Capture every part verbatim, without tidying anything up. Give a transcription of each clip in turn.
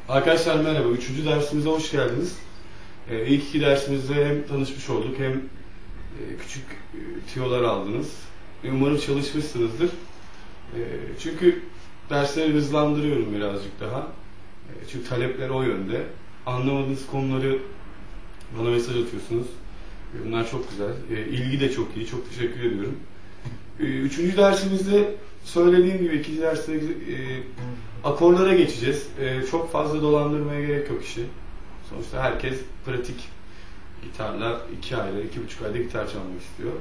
Arkadaşlar merhaba, üçüncü dersimize hoş geldiniz. Ee, ilk iki dersimizde hem tanışmış olduk hem e, küçük e, tüyolar aldınız. E, umarım çalışmışsınızdır. E, çünkü dersleri hızlandırıyorum birazcık daha. E, çünkü talepler o yönde. Anlamadığınız konuları bana mesaj atıyorsunuz. E, bunlar çok güzel. E, ilgi de çok iyi, çok teşekkür ediyorum. E, üçüncü dersimizde söylediğim gibi ikinci derste e, akorlara geçeceğiz. E, çok fazla dolandırmaya gerek yok işi. Sonuçta herkes pratik gitarla iki ayda, iki buçuk ayda gitar çalmak istiyor.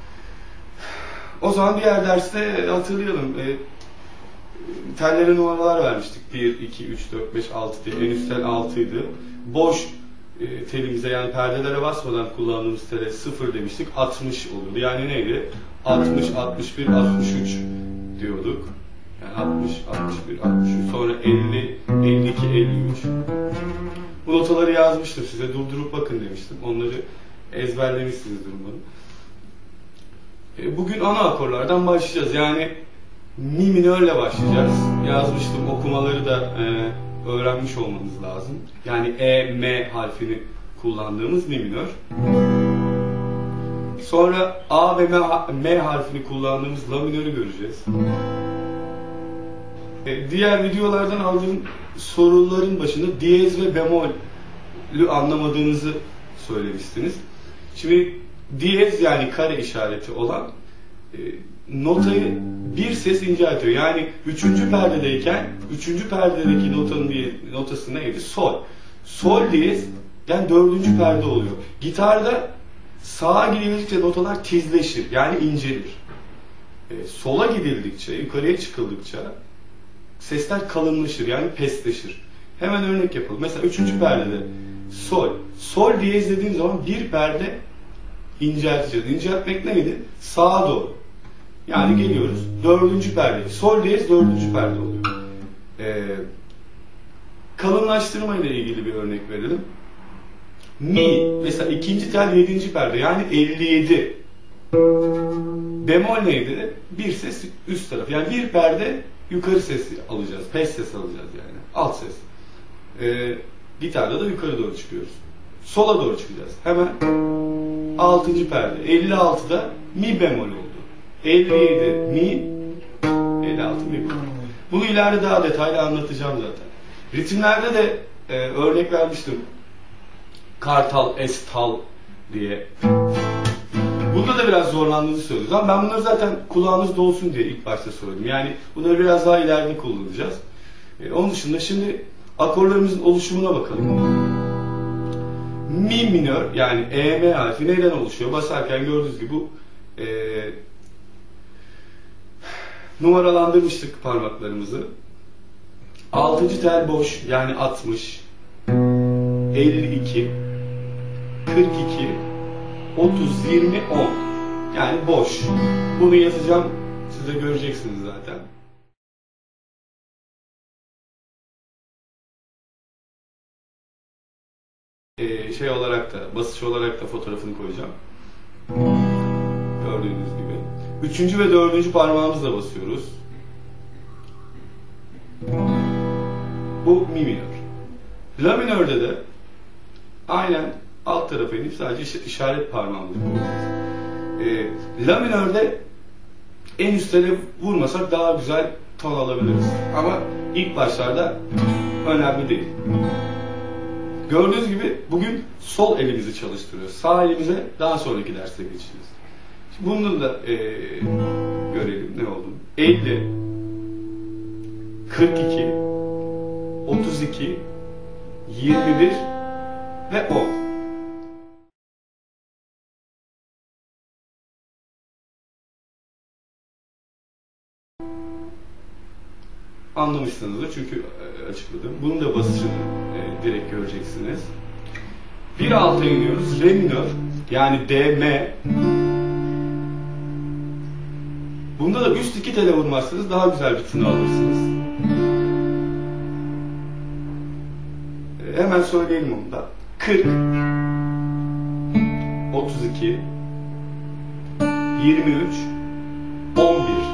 O zaman diğer derste hatırlayalım. E, tellere numaralar vermiştik. bir, iki, üç, dört, beş, altı diye. En üst tel altıydı. Boş e, telimize yani perdelere basmadan kullandığımız tele sıfır demiştik. altmış oluyordu. Yani neydi? altmış, altmış bir, altmış üç diyorduk. Yani altmış, altmış bir, altmış üç, sonra elli, elli iki, elli üç. Bu notaları yazmıştım size, durdurup bakın demiştim. Onları ezberlemişsinizdir umarım. Bugün ana akorlardan başlayacağız. Yani mi minörle başlayacağız. Yazmıştım, okumaları da e, öğrenmiş olmanız lazım. Yani E, M harfini kullandığımız mi minör. Sonra A ve M harfini kullandığımız la minörü göreceğiz. Diğer videolardan aldığım soruların başında diyez ve bemol'ü anlamadığınızı söylemiştiniz. Şimdi diyez yani kare işareti olan e, notayı bir ses inceltiyor. Yani üçüncü perdedeyken üçüncü perdedeki notanın bir notası neydi? Sol. Sol diyez yani dördüncü perde oluyor. Gitarda sağa gidildikçe notalar tizleşir yani incelir. E, sola gidildikçe, yukarıya çıkıldıkça sesler kalınlaşır yani pesleşir. Hemen örnek yapalım. Mesela üçüncü perdede sol. Sol diyez dediğim zaman bir perde incelteceğiz. İnceltmek neydi? Sağa doğru. Yani geliyoruz dördüncü perde. Sol diyez dördüncü perde oluyor. Ee, kalınlaştırma ile ilgili bir örnek verelim. Mi. Mesela ikinci tel yedinci perde. Yani elli yedi. Bemol neydi? Bir ses üst taraf. Yani bir perde yukarı sesi alacağız. Pes ses alacağız yani. Alt ses. Ee, gitarda da yukarı doğru çıkıyoruz. Sola doğru çıkacağız. Hemen altıncı perde. elli altıda mi bemol oldu. elli yedi mi, elli altı mi bemol. Bunu ileride daha detaylı anlatacağım zaten. Ritimlerde de e, örnek vermiştim. Kartal, estal diye. Bunda da biraz zorlandığınızı söylüyoruz. Ama ben bunları zaten kulağınızda olsun diye ilk başta söyledim. Yani bunları biraz daha ileride kullanacağız. Ee, onun dışında şimdi akorlarımızın oluşumuna bakalım. Mi minör yani E, M harfi neyden oluşuyor? Basarken gördüğünüz gibi bu e, numaralandırmıştık parmaklarımızı. altıncı tel boş yani altmış, elli iki, kırk iki, otuz, yirmi, on. Yani boş. Bunu yazacağım. Siz de göreceksiniz zaten. Ee, şey olarak da, basış olarak da fotoğrafını koyacağım. Gördüğünüz gibi. Üçüncü ve dördüncü parmağımızla basıyoruz. Bu mi minör. La minörde de aynen alt tarafa inip sadece işaret parmağımızı kullanacağız. E, La minörde en üst tele vurmasak daha güzel ton alabiliriz. Ama ilk başlarda önemli değil. Gördüğünüz gibi bugün sol elimizi çalıştırıyoruz. Sağ elimize daha sonraki derste geçeceğiz. Şimdi bunu da e, görelim ne olduğunu. elli, kırk iki, otuz iki, yirmi bir ve on. Anlamışsınızdır çünkü açıkladım. Bunun da basışını e, direkt göreceksiniz. Bir alta iniyoruz. Re minör yani D, M. Bunda da üst iki tele vurmazsanız daha güzel bir tını alırsınız. E, hemen söyleyelim onu da. kırk, otuz iki, yirmi üç, on bir.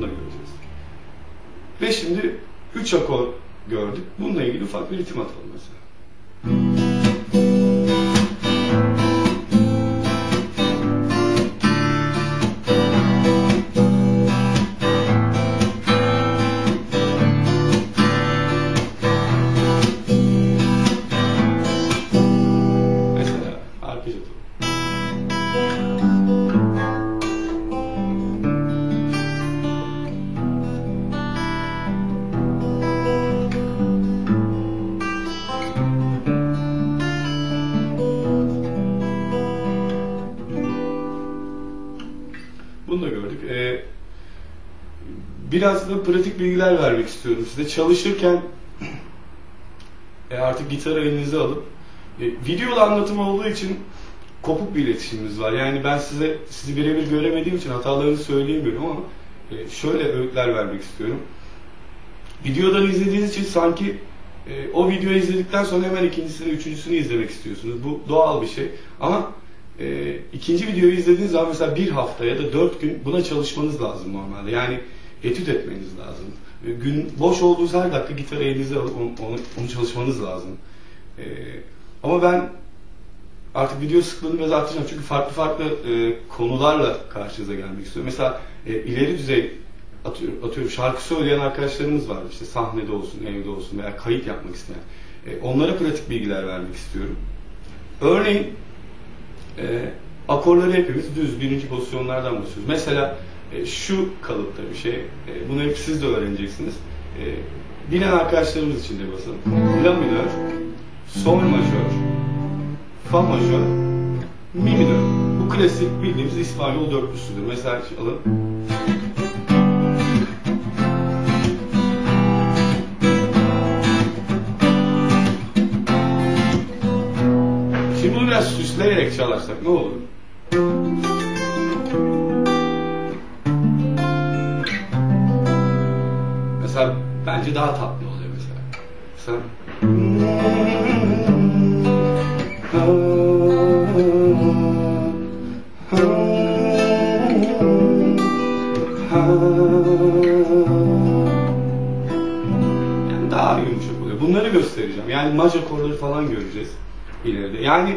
da göreceğiz. Ve şimdi üç akor gördük. Bununla ilgili ufak bir ritim atalım mesela. Mesela arpej atalım. Bunu da gördük. Ee, biraz da pratik bilgiler vermek istiyorum size. Çalışırken e, artık gitarı elinize alıp e, videolu anlatım olduğu için kopuk bir iletişimimiz var. Yani ben size sizi birebir göremediğim için hatalarınızı söyleyemiyorum ama e, şöyle öğütler vermek istiyorum. Videodan izlediğiniz için sanki e, o videoyu izledikten sonra hemen ikincisini, üçüncüsünü izlemek istiyorsunuz. Bu doğal bir şey. Ama e, ikinci videoyu izlediğiniz zaman mesela bir hafta ya da dört gün buna çalışmanız lazım normalde. Yani etüt etmeniz lazım. E, gün boş olduğunuz her dakika gitarı elinize alıp onu, onu, onu çalışmanız lazım. E, ama ben artık video sıklığını biraz arttıracağım çünkü farklı farklı e, konularla karşınıza gelmek istiyorum. Mesela e, ileri düzey atıyorum, atıyorum şarkı söyleyen arkadaşlarımız var. İşte sahnede olsun, evde olsun veya kayıt yapmak isteyen. E, onlara pratik bilgiler vermek istiyorum. Örneğin e, akorları hepimiz düz birinci pozisyonlardan basıyoruz. Mesela e, şu kalıpta bir şey. E, bunu hep siz de öğreneceksiniz. E, bilen arkadaşlarımız için de basalım. La minör, sol majör, fa majör, mi minör. Bu klasik bildiğimiz İspanyol dörtlüsüdür. Mesela alın. Şimdi bunu biraz süsleyerek çalarsak ne olur? Mesela bence daha tatlı oluyor mesela. Mesela yani daha yumuşak oluyor. Bunları göstereceğim. Yani maj akorları falan göreceğiz ileride. Yani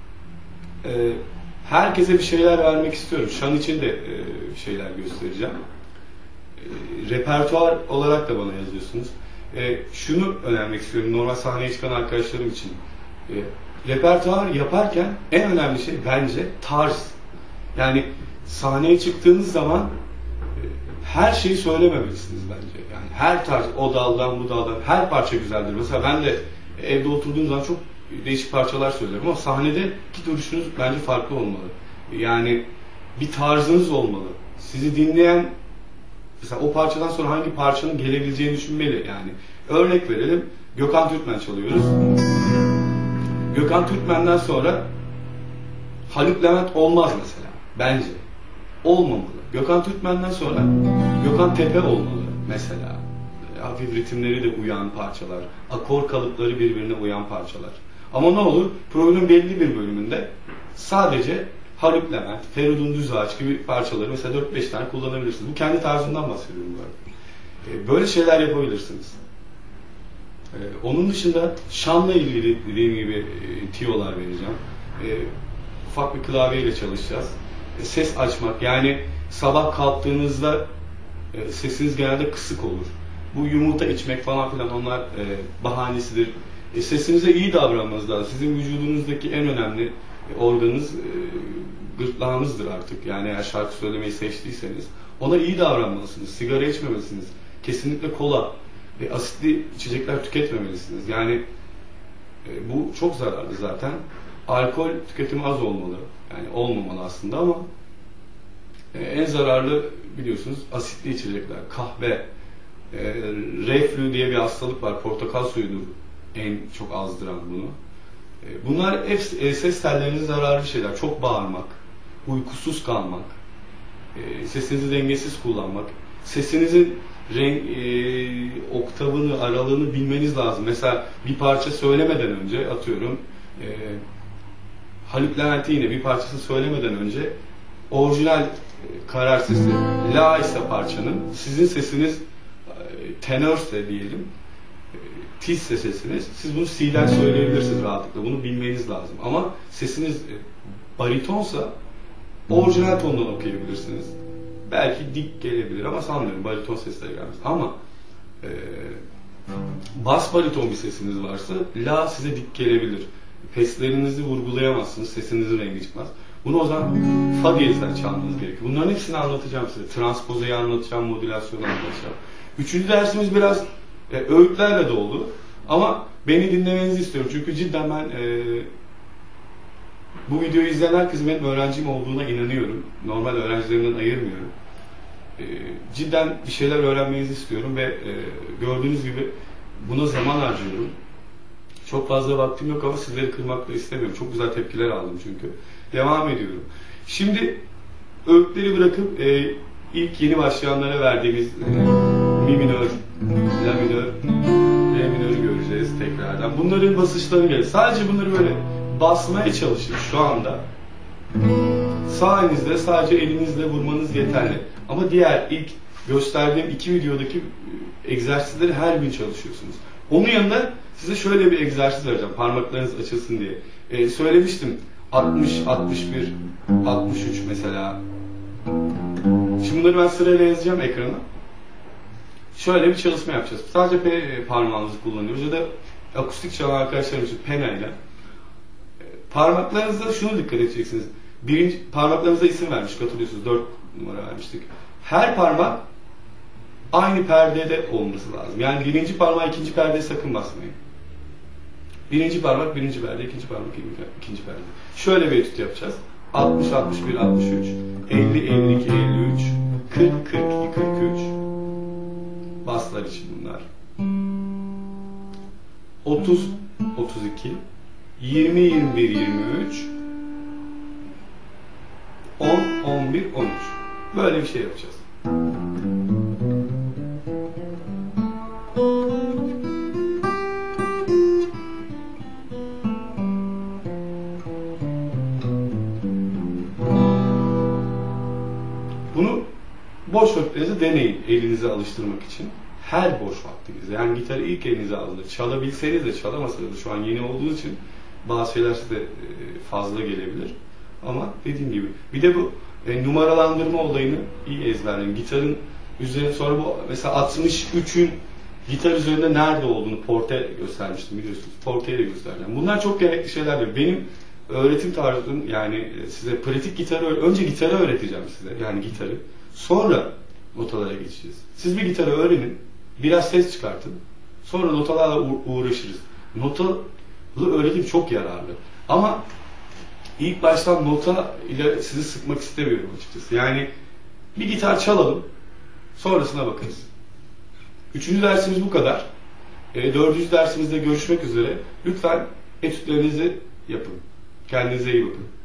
e, herkese bir şeyler vermek istiyorum. Şan için de e, şeyler göstereceğim. E, repertuar olarak da bana yazıyorsunuz. E, şunu önermek istiyorum normal sahneye çıkan arkadaşlarım için. E, repertuar yaparken en önemli şey bence tarz. Yani sahneye çıktığınız zaman e, her şeyi söylememelisiniz bence. Yani her tarz, o daldan bu daldan her parça güzeldir. Mesela ben de evde oturduğum zaman çok değişik parçalar söylerim ama sahnedeki duruşunuz bence farklı olmalı. Yani bir tarzınız olmalı. Sizi dinleyen mesela o parçadan sonra hangi parçanın gelebileceğini düşünmeli yani. Örnek verelim. Gökhan Türkmen çalıyoruz. Gökhan Türkmen'den sonra Haluk Levent olmaz mesela. Bence. Olmamalı. Gökhan Türkmen'den sonra Gökhan Tepe olmalı mesela. Hafif ritimleri de uyan parçalar. Akor kalıpları birbirine uyan parçalar. Ama ne olur? Programın belli bir bölümünde sadece Haluk Levent, Feridun Düzağaç gibi parçaları mesela dört beş tane kullanabilirsiniz. Bu kendi tarzından bahsediyorum bu arada. Böyle şeyler yapabilirsiniz. Onun dışında şanla ilgili dediğim gibi tiyolar vereceğim. Ufak bir klavyeyle çalışacağız. Ses açmak yani sabah kalktığınızda sesiniz genelde kısık olur. Bu yumurta içmek falan filan onlar bahanesidir. Sesinize iyi davranmanız lazım. Sizin vücudunuzdaki en önemli organınız gırtlağınızdır artık. Yani eğer şarkı söylemeyi seçtiyseniz ona iyi davranmalısınız. Sigara içmemelisiniz. Kesinlikle kola ve asitli içecekler tüketmemelisiniz. Yani bu çok zararlı zaten. Alkol tüketimi az olmalı. Yani olmamalı aslında ama en zararlı biliyorsunuz asitli içecekler. Kahve, reflü diye bir hastalık var. Portakal suyudur en çok azdıran bunu. Bunlar hep ses tellerinize zararlı şeyler. Çok bağırmak, uykusuz kalmak, sesinizi dengesiz kullanmak, sesinizin renk, e, oktavını, aralığını bilmeniz lazım. Mesela bir parça söylemeden önce atıyorum e, Haluk Levent'in yine bir parçasını söylemeden önce orijinal karar sesi, la ise parçanın, sizin sesiniz tenörse diyelim, tizse sesiniz, siz bunu si'den söyleyebilirsiniz rahatlıkla. Bunu bilmeniz lazım. Ama sesiniz baritonsa orijinal tondan okuyabilirsiniz. Belki dik gelebilir ama sanmıyorum bariton sesleri gelmez. Ama e, bas bariton bir sesiniz varsa la size dik gelebilir. Peslerinizi vurgulayamazsınız, sesinizin rengi çıkmaz. Bunu o zaman fa diyezden çalmanız gerekiyor. Bunların hepsini anlatacağım size. Transpozeyi anlatacağım, modülasyonu anlatacağım. Üçüncü dersimiz biraz e, öğütlerle doldu. Ama beni dinlemenizi istiyorum. Çünkü cidden ben e, bu videoyu izleyen herkes benim öğrencim olduğuna inanıyorum. Normal öğrencilerimden ayırmıyorum. E, cidden bir şeyler öğrenmenizi istiyorum ve e, gördüğünüz gibi buna zaman harcıyorum. Çok fazla vaktim yok ama sizleri kırmak da istemiyorum. Çok güzel tepkiler aldım çünkü. Devam ediyorum. Şimdi öğütleri bırakıp e, ilk yeni başlayanlara verdiğimiz e, mi minör, la minör, re minörü göreceğiz tekrardan. Bunların basışlarını gelir. Sadece bunları böyle basmaya çalışın şu anda. Sağ elinizle sadece elinizle vurmanız yeterli. Ama diğer ilk gösterdiğim iki videodaki egzersizleri her gün çalışıyorsunuz. Onun yanında size şöyle bir egzersiz vereceğim. Parmaklarınız açılsın diye. Ee, söylemiştim. altmış, altmış bir, altmış üç mesela. Şimdi bunları ben sırayla yazacağım ekrana. Şöyle bir çalışma yapacağız. Sadece P parmağınızı kullanıyoruz ya da akustik çalan arkadaşlarım için pena ile. Parmaklarınızda şunu dikkat edeceksiniz. Birinci, parmaklarınıza isim vermiş, katılıyorsunuz. Dört numara vermiştik. Her parmak aynı perdede olması lazım. Yani birinci parmağı ikinci perdeye sakın basmayın. Birinci parmak birinci perde, ikinci parmak ikinci perde. Şöyle bir etüt yapacağız. altmış, altmış bir, altmış üç, elli, elli iki, elli üç, kırk, kırk iki, kırk üç. Baslar için bunlar. otuz, otuz iki, yirmi, yirmi bir, yirmi üç, on, on bir, on üç. Böyle bir şey yapacağız. Bunu boş vaktinizde deneyin elinize alıştırmak için. Her boş vaktinizde. Yani gitarı ilk elinize alın. Çalabilseniz de çalamasanız da şu an yeni olduğunuz için bazı şeyler size fazla gelebilir. Ama dediğim gibi. Bir de bu e, numaralandırma olayını iyi ezberleyin. Gitarın üzerine sonra bu mesela altmış üçün gitar üzerinde nerede olduğunu porte göstermiştim biliyorsunuz. Porte'ye de göstereceğim. Bunlar çok gerekli şeylerdir. Benim öğretim tarzım yani size pratik gitarı önce gitarı öğreteceğim size. Yani gitarı. Sonra notalara geçeceğiz. Siz bir gitarı öğrenin. Biraz ses çıkartın. Sonra notalarla uğraşırız. Notalı öğretim çok yararlı. Ama ilk baştan nota ile sizi sıkmak istemiyorum açıkçası. Yani bir gitar çalalım. Sonrasına bakarız. Üçüncü dersimiz bu kadar. E, dördüncü dersimizde görüşmek üzere. Lütfen etütlerinizi yapın. Kendinize iyi bakın.